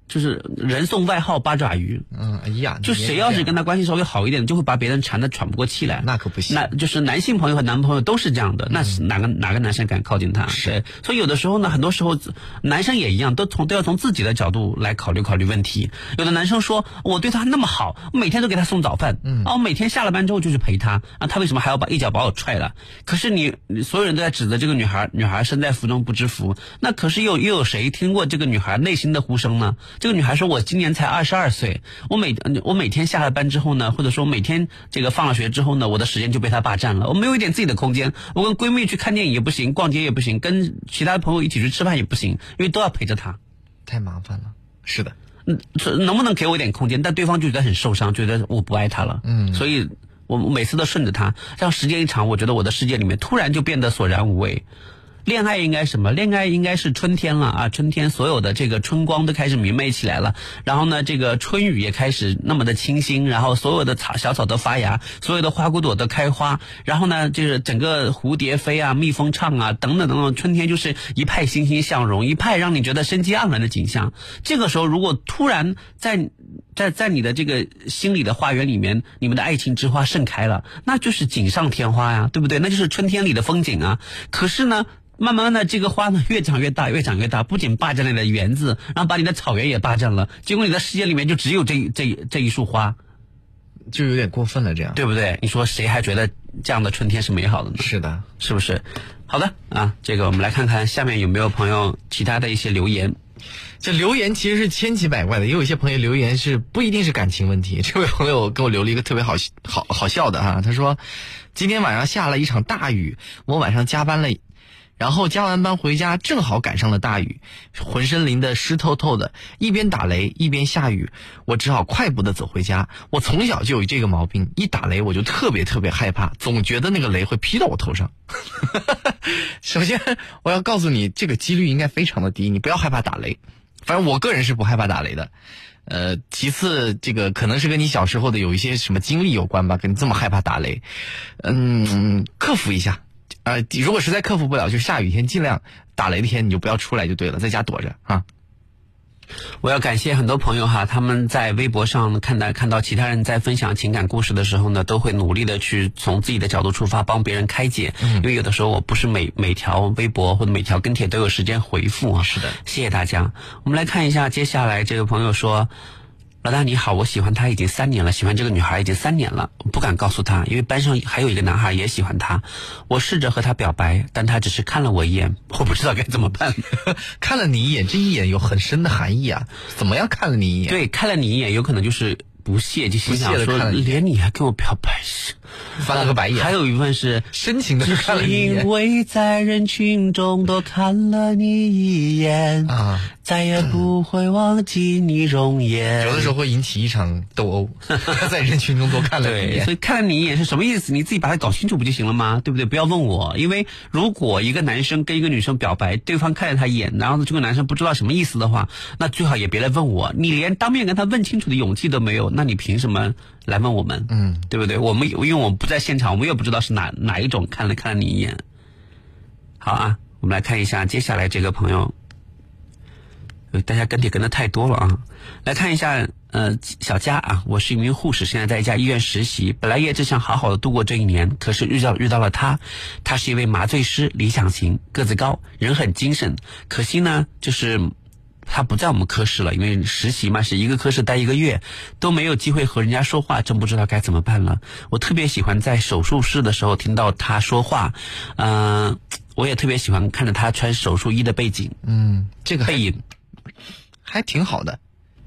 就是人送外号八爪鱼。 嗯，哎呀， 就谁要是跟他关系稍微好一点，就会把别人缠得喘不过气来。 那可不行。 那就是男性朋友和男朋友都是这样的，那是哪个哪个男生敢靠近他？是。所以有的时候呢，很多时候男生也一样，都从都要从自己的角度来考虑考虑问题。有的男生说，我对他那么好，我每天都给他送早饭，嗯，啊，我每天下了班之后就去陪他，啊，他为什么还要把一脚把我踹了？可是你所有人都在指责这个女孩，女孩身在福中不知福。那可是又又有谁听过这个女孩内心的呼声呢？这个女孩说，我今年才二十二岁，我每我每天下了班之后呢，或者说每天这个放了学之后呢，我的时间就被他霸占了，我没有一点自己的空间，我跟闺蜜去看电影也不行，逛街也不行，跟其他朋友一起去吃饭也不行，因为都要陪着他， 太麻烦了。是的， 嗯，能不能给我一点空间？但对方就觉得很受伤，觉得我不爱他了，嗯，所以我每次都顺着他，让时间一长，我觉得我的世界里面突然就变得索然无味。恋爱应该什么？恋爱应该是春天了啊！春天所有的这个春光都开始明媚起来了，然后呢，这个春雨也开始那么的清新，然后所有的草小草都发芽，所有的花骨朵都开花，然后呢，就是整个蝴蝶飞啊，蜜蜂唱啊，等等等等，春天就是一派欣欣向荣，一派让你觉得生机盎然的景象。这个时候，如果突然在在在你的这个心里的花园里面，你们的爱情之花盛开了，那就是锦上添花呀，对不对？那就是春天里的风景啊。可是呢，慢慢的这个花呢越长越大，越长越大，不仅霸占了你的园子，然后把你的草原也霸占了，结果你的世界里面就只有这这这一束花， 就有点过分了，这样对不对？你说谁还觉得这样的春天是美好的呢？ 是的， 是不是？好的啊，这个我们来看看下面有没有朋友其他的一些留言。 这留言其实是千奇百怪的，也有一些朋友留言是不一定是感情问题。这位朋友给我留了一个特别好好好笑的哈，他说今天晚上下了一场大雨，我晚上加班了，然后加完班回家正好赶上了大雨，浑身淋得湿透透的，一边打雷一边下雨，我只好快步的走回家。我从小就有这个毛病，一打雷我就特别特别害怕，总觉得那个雷会劈到我头上。首先我要告诉你，这个几率应该非常的低，你不要害怕打雷，反正我个人是不害怕打雷的。呃，其次这个可能是跟你小时候的有一些什么经历有关吧，跟你这么害怕打雷，嗯，克服一下。呃，如果实在克服不了，就下雨天尽量，打雷的天你就不要出来就对了，在家躲着啊。 我要感谢很多朋友哈，他们在微博上看到看到其他人在分享情感故事的时候呢，都会努力的去从自己的角度出发，帮别人开解。嗯，因为有的时候我不是每每条微博或者每条跟帖都有时间回复啊。 是的， 谢谢大家。我们来看一下接下来这个朋友说。老大你好，我喜欢她已经三年了，喜欢这个女孩已经三年了，我不敢告诉她，因为班上还有一个男孩也喜欢她。我试着和她表白，但她只是看了我一眼，我不知道该怎么办。 看了你一眼，这一眼有很深的含义啊！怎么样看了你一眼？ 对，看了你一眼，有可能就是不屑，就心想说连你还跟我表白， 翻了个白眼。 还有一部分是深情的看了你一眼，只是因为在人群中多看了你一眼啊，再也不会忘记你容颜。 有的时候会引起一场斗殴，在人群中多看了你一眼。 所以看了你一眼是什么意思？你自己把它搞清楚不就行了吗？对不对？不要问我，因为如果一个男生跟一个女生表白，对方看了他一眼，然后这个男生不知道什么意思的话，那最好也别来问我。你连当面跟他问清楚的勇气都没有，那你凭什么来问我们？嗯，对不对？我们因为我们不在现场，我们也不知道是哪哪一种看了看了你一眼。好啊，我们来看一下接下来这个朋友。大家跟帖跟的太多了啊！来看一下，呃，小佳啊，我是一名护士，现在在一家医院实习。本来也只想好好的度过这一年，可是遇到遇到了他，他是一位麻醉师，理想型，个子高，人很精神。可惜呢，就是他不在我们科室了，因为实习嘛，是一个科室待一个月，都没有机会和人家说话，真不知道该怎么办了。我特别喜欢在手术室的时候听到他说话，嗯、呃，我也特别喜欢看着他穿手术衣的背景， 嗯，这个背影。 还挺好的，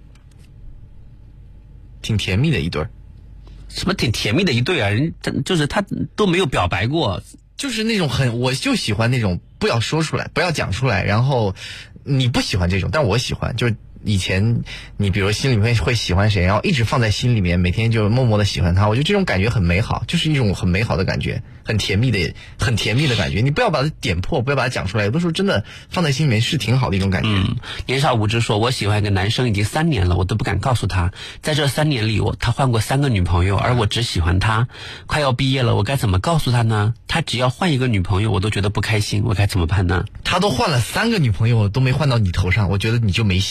挺甜蜜的一对儿。 什么挺甜蜜的一对啊？人就是他都没有表白过， 就是那种很，我就喜欢那种不要说出来，不要讲出来。然后你不喜欢这种，但我喜欢，就是以前你比如心里面会喜欢谁，然后一直放在心里面，每天就默默的喜欢他。我觉得这种感觉很美好，就是一种很美好的感觉，很甜蜜的，很甜蜜的感觉。你不要把它点破，不要把它讲出来。有的时候真的放在心里面是挺好的一种感觉。 嗯，年少无知说，我喜欢一个男生已经三年了，我都不敢告诉他。在这三年里，我他换过三个女朋友，而我只喜欢他。快要毕业了，我该怎么告诉他呢？他只要换一个女朋友，我都觉得不开心，我该怎么办呢？ 他都换了三个女朋友，都没换到你头上，我觉得你就没戏了，应该。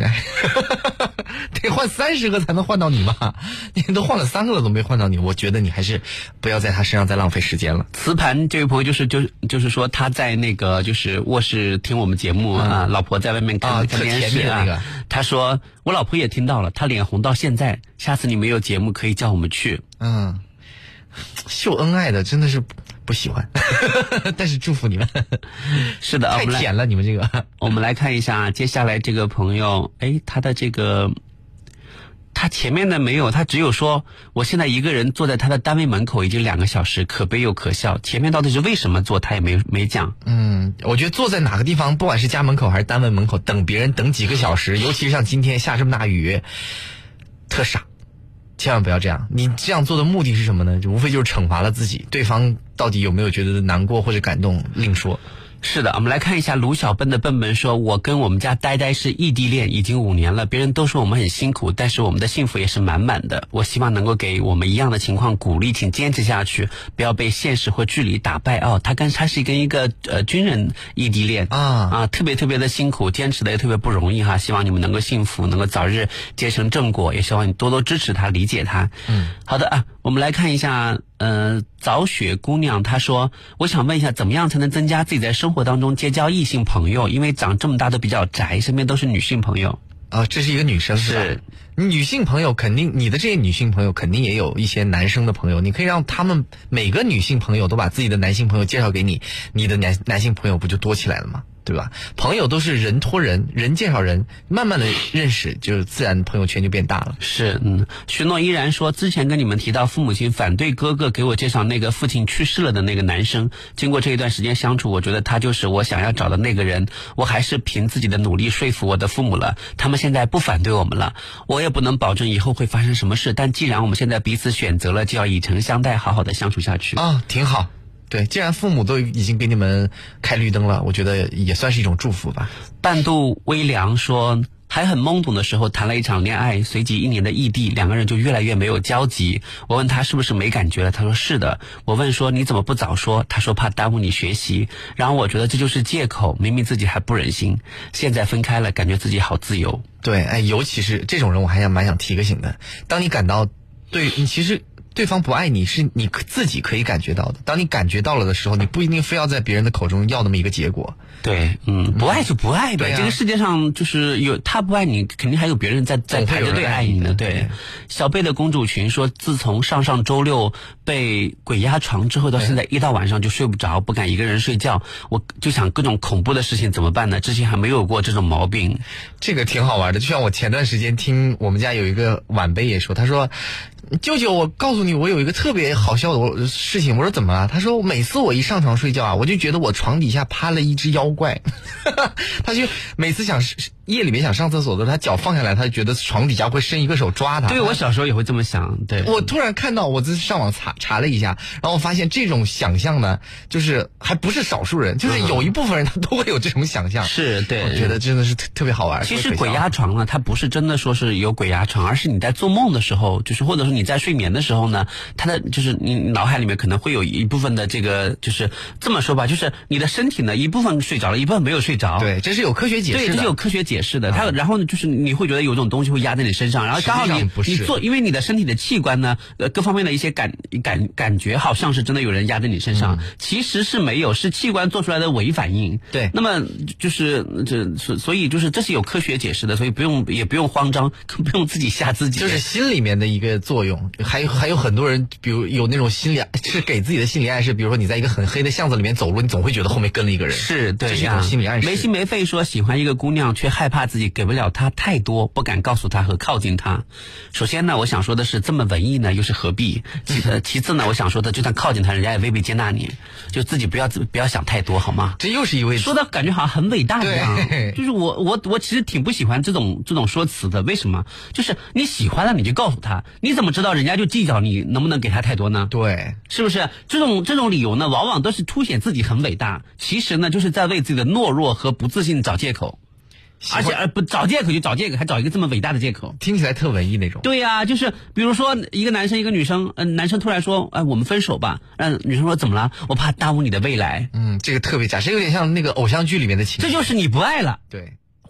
该得换三十个才能换到你吧？你都换了三个了都没换到你，我觉得你还是不要在他身上再浪费时间了。 磁盘这位朋友就是就是就是说他在那个就是卧室听我们节目、嗯、啊，老婆在外面看、啊、看电视啊、那个，他说我老婆也听到了，她脸红到现在，下次你们有节目可以叫我们去。 嗯，秀恩爱的真的是不喜欢，但是祝福你们。 是的， 太甜了你们这个。 我们来看一下接下来这个朋友，哎，他的这个他前面的没有，他只有说我现在一个人坐在他的单位门口已经两个小时，可悲又可笑。前面到底是为什么坐，他也没没讲。 嗯，我觉得坐在哪个地方，不管是家门口还是单位门口，等别人等几个小时，尤其是像今天下这么大雨，特傻。千万不要这样，你这样做的目的是什么呢？就无非就是惩罚了自己，对方到底有没有觉得难过或者感动另说。 是的，我们来看一下卢小笨的笨笨说，我跟我们家呆呆是异地恋已经五年了，别人都说我们很辛苦，但是我们的幸福也是满满的。我希望能够给我们一样的情况鼓励，请坚持下去，不要被现实或距离打败。哦，他跟他是跟一个呃军人异地恋啊啊，特别特别的辛苦，坚持的也特别不容易哈。希望你们能够幸福，能够早日结成正果，也希望你多多支持他，理解他。嗯，好的啊，我们来看一下。呃，早雪姑娘她说，我想问一下，怎么样才能增加自己在生活当中结交异性朋友？因为长这么大都比较宅，身边都是女性朋友。 啊，这是一个女生是吧？女性朋友肯定，你的这些女性朋友肯定也有一些男生的朋友，你可以让他们每个女性朋友都把自己的男性朋友介绍给你，你的男男性朋友不就多起来了吗？对吧？朋友都是人托人，人介绍人，慢慢的认识，就是自然朋友圈就变大了。 是，嗯，许诺依然说，之前跟你们提到父母亲反对哥哥给我介绍那个父亲去世了的那个男生，经过这一段时间相处，我觉得他就是我想要找的那个人，我还是凭自己的努力说服我的父母了，他们现在不反对我们了，我也不能保证以后会发生什么事，但既然我们现在彼此选择了，就要以诚相待，好好的相处下去。 啊，挺好。对，既然父母都已经给你们开绿灯了，我觉得也算是一种祝福吧。 半度微凉说，还很懵懂的时候谈了一场恋爱，随即一年的异地，两个人就越来越没有交集。我问他是不是没感觉了，他说是的。我问说你怎么不早说，他说怕耽误你学习。然后我觉得这就是借口，明明自己还不忍心，现在分开了，感觉自己好自由。 对，哎，尤其是这种人，我还想蛮想提个醒的。当你感到对你其实对方不爱你，是你自己可以感觉到的。当你感觉到了的时候，你不一定非要在别人的口中要那么一个结果。 对，嗯，不爱就不爱呗。 对啊， 这个世界上就是有他不爱你，肯定还有别人在在排着队爱你呢。对，小贝的公主群说，自从上上周六被鬼压床之后，到现在一到晚上就睡不着，不敢一个人睡觉。我就想各种恐怖的事情怎么办呢？之前还没有过这种毛病。 这个挺好玩的，就像我前段时间听我们家有一个晚辈也说，他说，舅舅，我告诉你，我有一个特别好笑的事情。我说怎么了？他说每次我一上床睡觉啊，我就觉得我床底下趴了一只妖怪。他就每次想夜里面想上厕所的，他脚放下来，他就觉得床底下会伸一个手抓他。 对，我小时候也会这么想。对， 我突然看到，我自上网查查了一下，然后我发现这种想象呢，就是还不是少数人，就是有一部分人他都会有这种想象。 是，对， 我觉得真的是特特别好玩。 其实鬼压床呢，它不是真的说是有鬼压床，而是你在做梦的时候，就是或者说你在睡眠的时候呢，它的就是你脑海里面可能会有一部分的这个，就是这么说吧，就是你的身体呢一部分睡着了，一部分没有睡着。 对，这是有科学解释的。 对，这是有科学解释的。它、啊、然后呢，就是你会觉得有种东西会压在你身上，然后刚好你你做，因为你的身体的器官呢，呃，各方面的一些感感感觉好像是真的有人压在你身上，嗯、其实是没有，是器官做出来的伪反应。 对， 那么就是这所所以就是这是有科学解释的，所以不用也不用慌张，不用自己吓自己。 就是心里面的一个作用，还有还有很多人，比如有那种心理是给自己的心理暗示，比如说你在一个很黑的巷子里面走路，你总会觉得后面跟了一个人。 是，对， 这是一种心理暗示。 没心没肺说喜欢一个姑娘，却害怕自己给不了她太多，不敢告诉她和靠近她。首先呢，我想说的是，这么文艺呢，又是何必？其次，其次呢，我想说的，就算靠近她，人家也未必接纳你，就自己不要不要想太多，好吗？ 这又是一位说的感觉好像很伟大一样。就是我我我其实挺不喜欢这种这种说辞的。为什么？就是你喜欢了你就告诉他，你怎么知道人家就计较你能不能给他太多呢？ 对， 是不是？这种这种理由呢，往往都是凸显自己很伟大，其实呢，就是在为自己的懦弱和不自信找借口。而且而不找借口就找借口，还找一个这么伟大的借口， 听起来特文艺那种。 对呀、啊，就是比如说一个男生一个女生，嗯、呃，男生突然说，哎、呃，我们分手吧。嗯，女生说怎么了？我怕耽误你的未来。 嗯，这个特别假，这有点像那个偶像剧里面的情节。 这就是你不爱了。 对。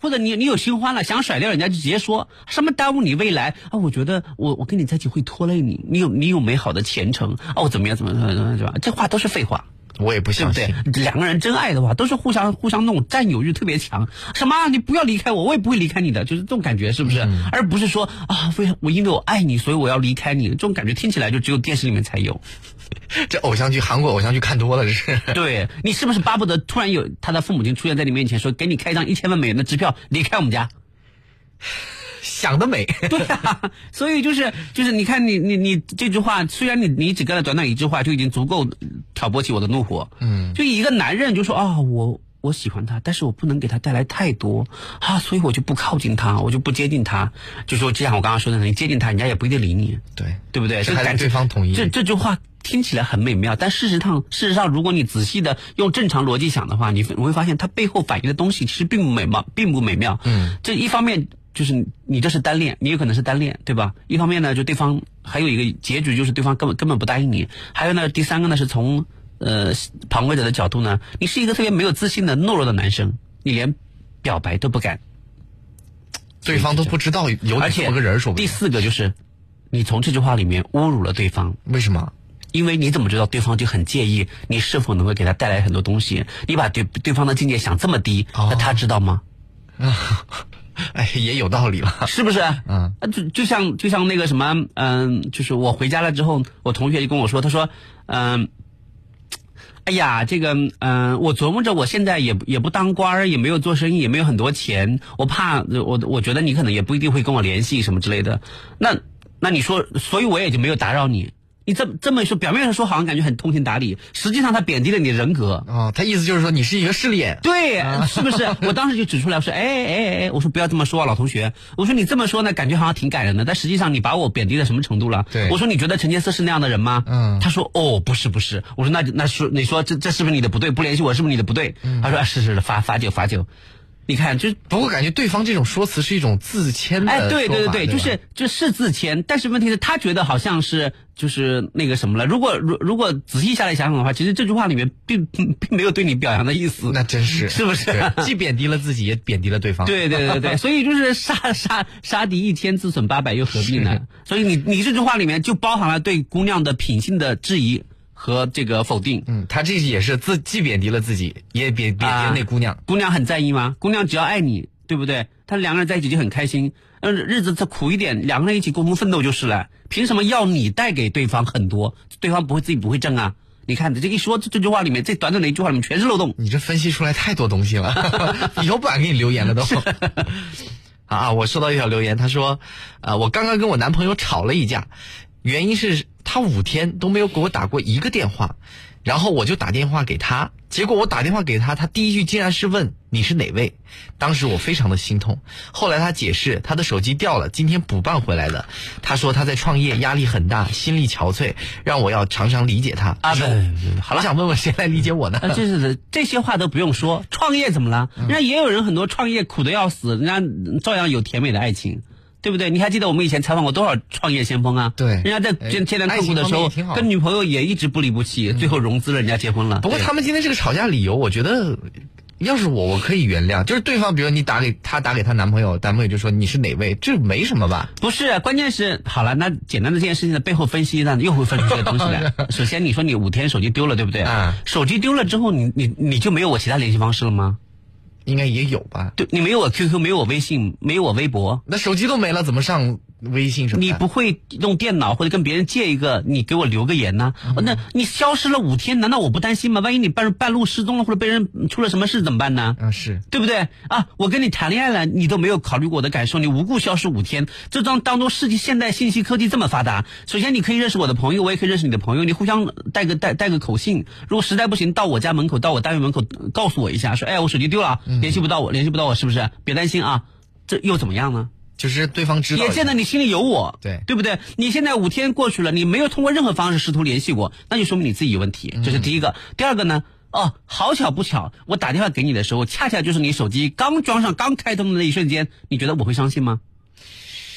或者你你有新欢了，想甩掉人家就直接说，什么耽误你未来啊？我觉得我我跟你在一起会拖累你，你有你有美好的前程哦，怎么样怎么样怎么样是吧？这话都是废话。 我也不相信， 对不对？两个人真爱的话，都是互相互相那种占有欲特别强。什么？你不要离开我，我也不会离开你的，就是这种感觉，是不是？嗯、而不是说啊，为我因为我爱你，所以我要离开你。这种感觉听起来就只有电视里面才有。 这偶像剧，韩国偶像剧看多了，这是。 对，你是不是巴不得突然有他的父母亲出现在你面前，说给你开一张一千万美元的支票，离开我们家？ 想得美。 对啊，所以就是就是你看你你你这句话，虽然你你只跟了短短一句话，就已经足够挑拨起我的怒火。嗯，就一个男人就说啊，我我喜欢他，但是我不能给他带来太多啊，所以我就不靠近他，我就不接近他。就说就像我刚刚说的，你接近他，人家也不一定理你。 对， 对不对？ 这还是对方同意。 这这句话听起来很美妙，但事实上事实上，如果你仔细的用正常逻辑想的话，你你会发现它背后反映的东西其实并不美妙，并不美妙。嗯，这一方面。就是你这是单恋，你有可能是单恋，对吧？一方面呢，就对方还有一个结局，就是对方根本根本不答应你。还有呢，第三个呢，是从呃旁观者的角度呢，你是一个特别没有自信的懦弱的男生，你连表白都不敢， 对方都不知道有这么个人。说第四个就是你从这句话里面侮辱了对方。 为什么？ 因为你怎么知道对方就很介意你是否能够给他带来很多东西？你把对对方的境界想这么低，哦、那他知道吗？ 哎，也有道理了， 是不是？嗯，就就像就像那个什么，嗯，就是我回家了之后，我同学就跟我说，他说，嗯，哎呀，这个，嗯，我琢磨着，我现在也也不当官儿，也没有做生意，也没有很多钱，我怕我我觉得你可能也不一定会跟我联系什么之类的。那那你说，所以我也就没有打扰你。你这这么说，表面上说好像感觉很通情达理，实际上他贬低了你的人格。 哦，他意思就是说你是一个势利眼。 对，啊、是不是？我当时就指出来，我说，哎哎哎，我说不要这么说啊，老同学。我说你这么说呢，感觉好像挺感人的，但实际上你把我贬低到什么程度了？ 对。 我说你觉得陈杰思是那样的人吗？嗯。他说哦，不是不是。我说那那说你说这这是不是你的不对？不联系我是不是你的不对？嗯、他说啊是是的，罚罚酒罚酒。你看，就不过感觉对方这种说辞是一种自谦的。 哎，对对对对，就是就是自谦，但是问题是，他觉得好像是就是那个什么了。如果如如果仔细下来想想的话，其实这句话里面并并没有对你表扬的意思。 那真是是不是？ 既贬低了自己，也贬低了对方。 对对对对，所以就是杀杀杀敌一千，自损八百，又何必呢？所以你你这句话里面就包含了对姑娘的品性的质疑和这个否定。 嗯，他这也是自既贬低了自己，也贬贬低了那姑娘。 啊、姑娘很在意吗？姑娘只要爱你，对不对？他两个人在一起就很开心，呃，日子再苦一点，两个人一起共同奋斗就是了。凭什么要你带给对方很多，对方不会自己不会挣啊？你看，这一说这这句话里面，这短短的一句话里面全是漏洞。 你这分析出来太多东西了，以后不敢给你留言了都。啊，我收到一条留言，他说，呃，我刚刚跟我男朋友吵了一架，原因是他五天都没有给我打过一个电话，然后我就打电话给他，结果我打电话给他，他第一句竟然是问你是哪位，当时我非常的心痛。后来他解释他的手机掉了，今天补办回来的。他说他在创业，压力很大，心力憔悴，让我要常常理解他。 啊，不， 好了，想问问谁来理解我呢？ 啊、这是这些话都不用说，创业怎么了？人家也有人很多创业苦得要死，人家照样有甜美的爱情。对不对？你还记得我们以前采访过多少创业先锋啊？ 对， 人家在艰艰难困苦的时候，跟女朋友也一直不离不弃，嗯、最后融资了，人家结婚了。 不过他们今天这个吵架理由，我觉得要是我，我可以原谅。就是对方，比如你打给他，打给他男朋友，男朋友就说你是哪位，这没什么吧？ 不是，关键是好了，那简单的这件事情的背后分析呢，又会分出这个东西来。首先，你说你五天手机丢了，对不对？啊、嗯，手机丢了之后，你你你就没有我其他联系方式了吗？ 应该也有吧？ 对，你没有我 Q Q， 没有我微信，没有我微博， 那手机都没了，怎么上微信什么的？ 你不会用电脑或者跟别人借一个，你给我留个言呢、嗯？那你消失了五天，难道我不担心吗？万一你半半路失踪了，或者被人出了什么事怎么办呢？ 啊，是对不对啊？我跟你谈恋爱了，你都没有考虑过我的感受，你无故消失五天，这当当中世纪现代信息科技这么发达，首先你可以认识我的朋友，我也可以认识你的朋友，你互相带个带带个口信，如果实在不行，到我家门口，到我单位门口告诉我一下，说哎，我手机丢了，联系不到我，联系不到我，是不是？别担心啊，这又怎么样呢？ 就是对方知道， 也见得你心里有我， 对对不对？你现在五天过去了，你没有通过任何方式试图联系我，那就说明你自己有问题，这是第一个。嗯、第二个呢？哦，好巧不巧，我打电话给你的时候，恰恰就是你手机刚装上、刚开通的那一瞬间，你觉得我会相信吗？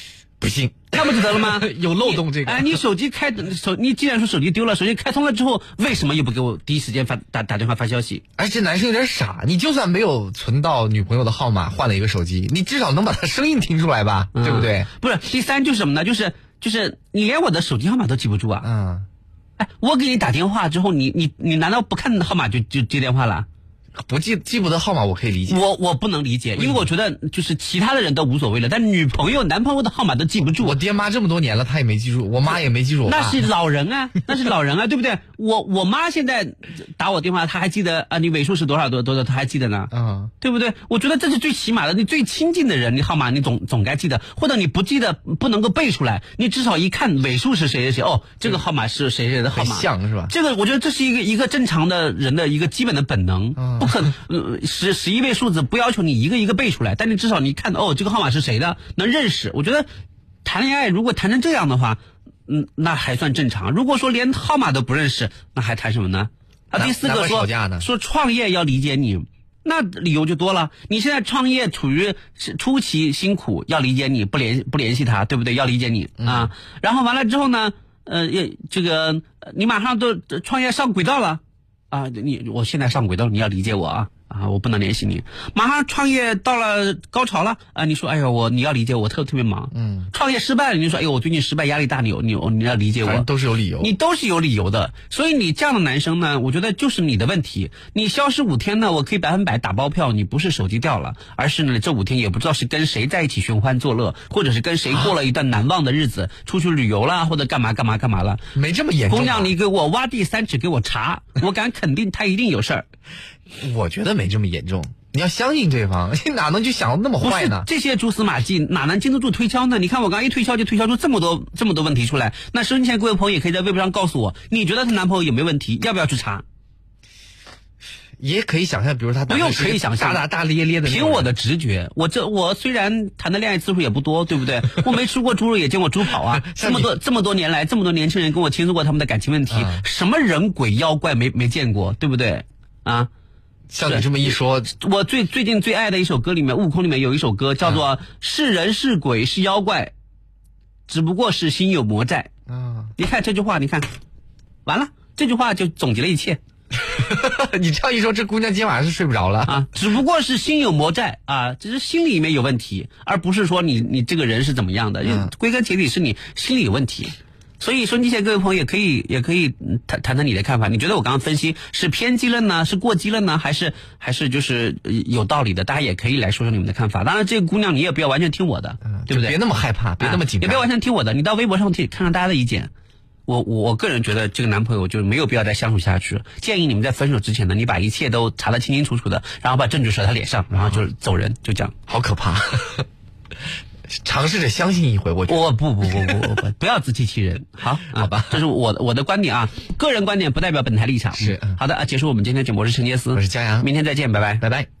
不信， 那不就得了吗？ 有漏洞这个。 哎，你手机开手，你既然说手机丢了，手机开通了之后，为什么又不给我第一时间发打打电话发消息？ 而且男生有点傻，你就算没有存到女朋友的号码，换了一个手机，你至少能把她声音听出来吧，嗯、对不对？ 不是，第三就是什么呢？就是就是你连我的手机号码都记不住啊。 嗯。 哎，我给你打电话之后，你你你难道不看号码就就接电话了？ 不记记不得号码，我可以理解。 我我不能理解，因为我觉得就是其他的人都无所谓了，但女朋友、男朋友的号码都记不住。 我爹妈这么多年了，他也没记住，我妈也没记住我爸。 那是老人啊，那是老人啊，对不对？我我妈现在打我电话，她还记得啊，你尾数是多少多多少，她还记得呢， 嗯， 对不对？我觉得这是最起码的，你最亲近的人，你号码你总总该记得，或者你不记得不能够背出来，你至少一看尾数是谁谁谁，哦，这个号码是谁谁的号码， 很像是吧？ 这个我觉得这是一个一个正常的人的一个基本的本能，嗯、不可能。呃十十一位数字不要求你一个一个背出来，但你至少你看到哦，这个号码是谁的，能认识。我觉得谈恋爱如果谈成这样的话，嗯，那还算正常。如果说连号码都不认识，那还谈什么呢？啊，第四个说说创业要理解你，那理由就多了。你现在创业处于初期辛苦，要理解你，不联不联系他，对不对？要理解你、嗯、啊。然后完了之后呢，呃，这个你马上都创业上轨道了啊，你我现在上轨道，你要理解我啊。啊，我不能联系你。马上创业到了高潮了啊！你说，哎呦，我你要理解我，特特别忙。嗯，创业失败了，你说，哎呦，我最近失败，压力大，你你你要理解我， 都是有理由， 你都是有理由的。所以你这样的男生呢，我觉得就是你的问题。你消失五天呢，我可以百分百打包票，你不是手机掉了，而是呢这五天也不知道是跟谁在一起寻欢作乐，或者是跟谁过了一段难忘的日子，出去旅游啦，或者干嘛干嘛干嘛了。 没这么严重。 姑娘，你给我挖地三尺给我查，我敢肯定他一定有事儿。 我觉得没这么严重，你要相信对方，你哪能去想那么坏呢？ 这些蛛丝马迹哪能经得住推敲呢？你看我刚一推敲就推敲出这么多这么多问题出来。那收音机前各位朋友也可以在微博上告诉我，你觉得她男朋友有没有问题？要不要去查？ 也可以想象，比如他不用可以想象， 大大大咧咧的。 凭我的直觉，我这我虽然谈的恋爱次数也不多，对不对？我没吃过猪肉，也见过猪跑啊。这么多这么多年来，这么多年轻人跟我倾诉过他们的感情问题，嗯、什么人鬼妖怪没没见过，对不对？啊。 像你这么一说， 我最最近最爱的一首歌里面，悟空里面有一首歌叫做、嗯、是人是鬼是妖怪，只不过是心有魔债。 嗯， 你看这句话，你看完了，这句话就总结了一切。 你这样一说，这姑娘今天晚上是睡不着了啊！只不过是心有魔债啊，只是心里面有问题，而不是说你你这个人是怎么样的。嗯、归根结底是你心里有问题。所以说，这些各位朋友也可以也可以谈谈谈你的看法。你觉得我刚刚分析是偏激了呢，是过激了呢，还是还是就是有道理的？大家也可以来说说你们的看法。当然，这个姑娘你也不要完全听我的，嗯、对不对？ 别那么害怕，别那么紧张、啊， 也不要完全听我的。你到微博上去看看大家的意见。我我个人觉得这个男朋友就没有必要再相处下去了。建议你们在分手之前呢，你把一切都查得清清楚楚的，然后把证据甩他脸上，然后就走人，就这样。 好可怕。尝试着相信一回，我觉得我不不不不不不要自欺欺人。好， 好吧， 这是我的我的观点啊，个人观点不代表本台立场。 是， 好的啊，结束我们今天的节目，我是陈杰斯， 我是江阳， 明天再见，拜拜， 拜拜。